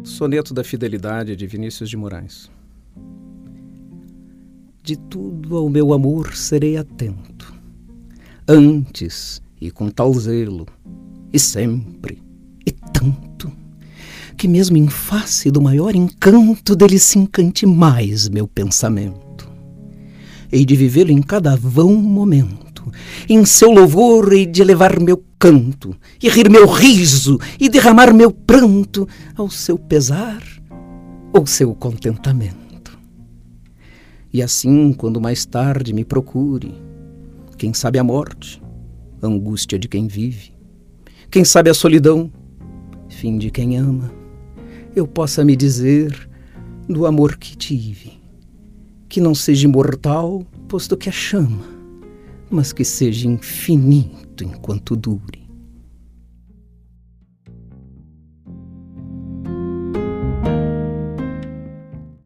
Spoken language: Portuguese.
Soneto da Fidelidade, de Vinícius de Moraes. De tudo ao meu amor serei atento, antes e com tal zelo, e sempre, e tanto, que mesmo em face do maior encanto dele se encante mais meu pensamento. Hei de vivê-lo em cada vão momento, em seu louvor hei de elevar meu canto, e rir meu riso, e derramar meu pranto ao seu pesar ou seu contentamento. E assim, quando mais tarde me procure, quem sabe a morte, a angústia de quem vive, quem sabe a solidão, fim de quem ama, eu possa me dizer do amor que tive, que não seja imortal, posto que a chama, mas que seja infinito enquanto dure.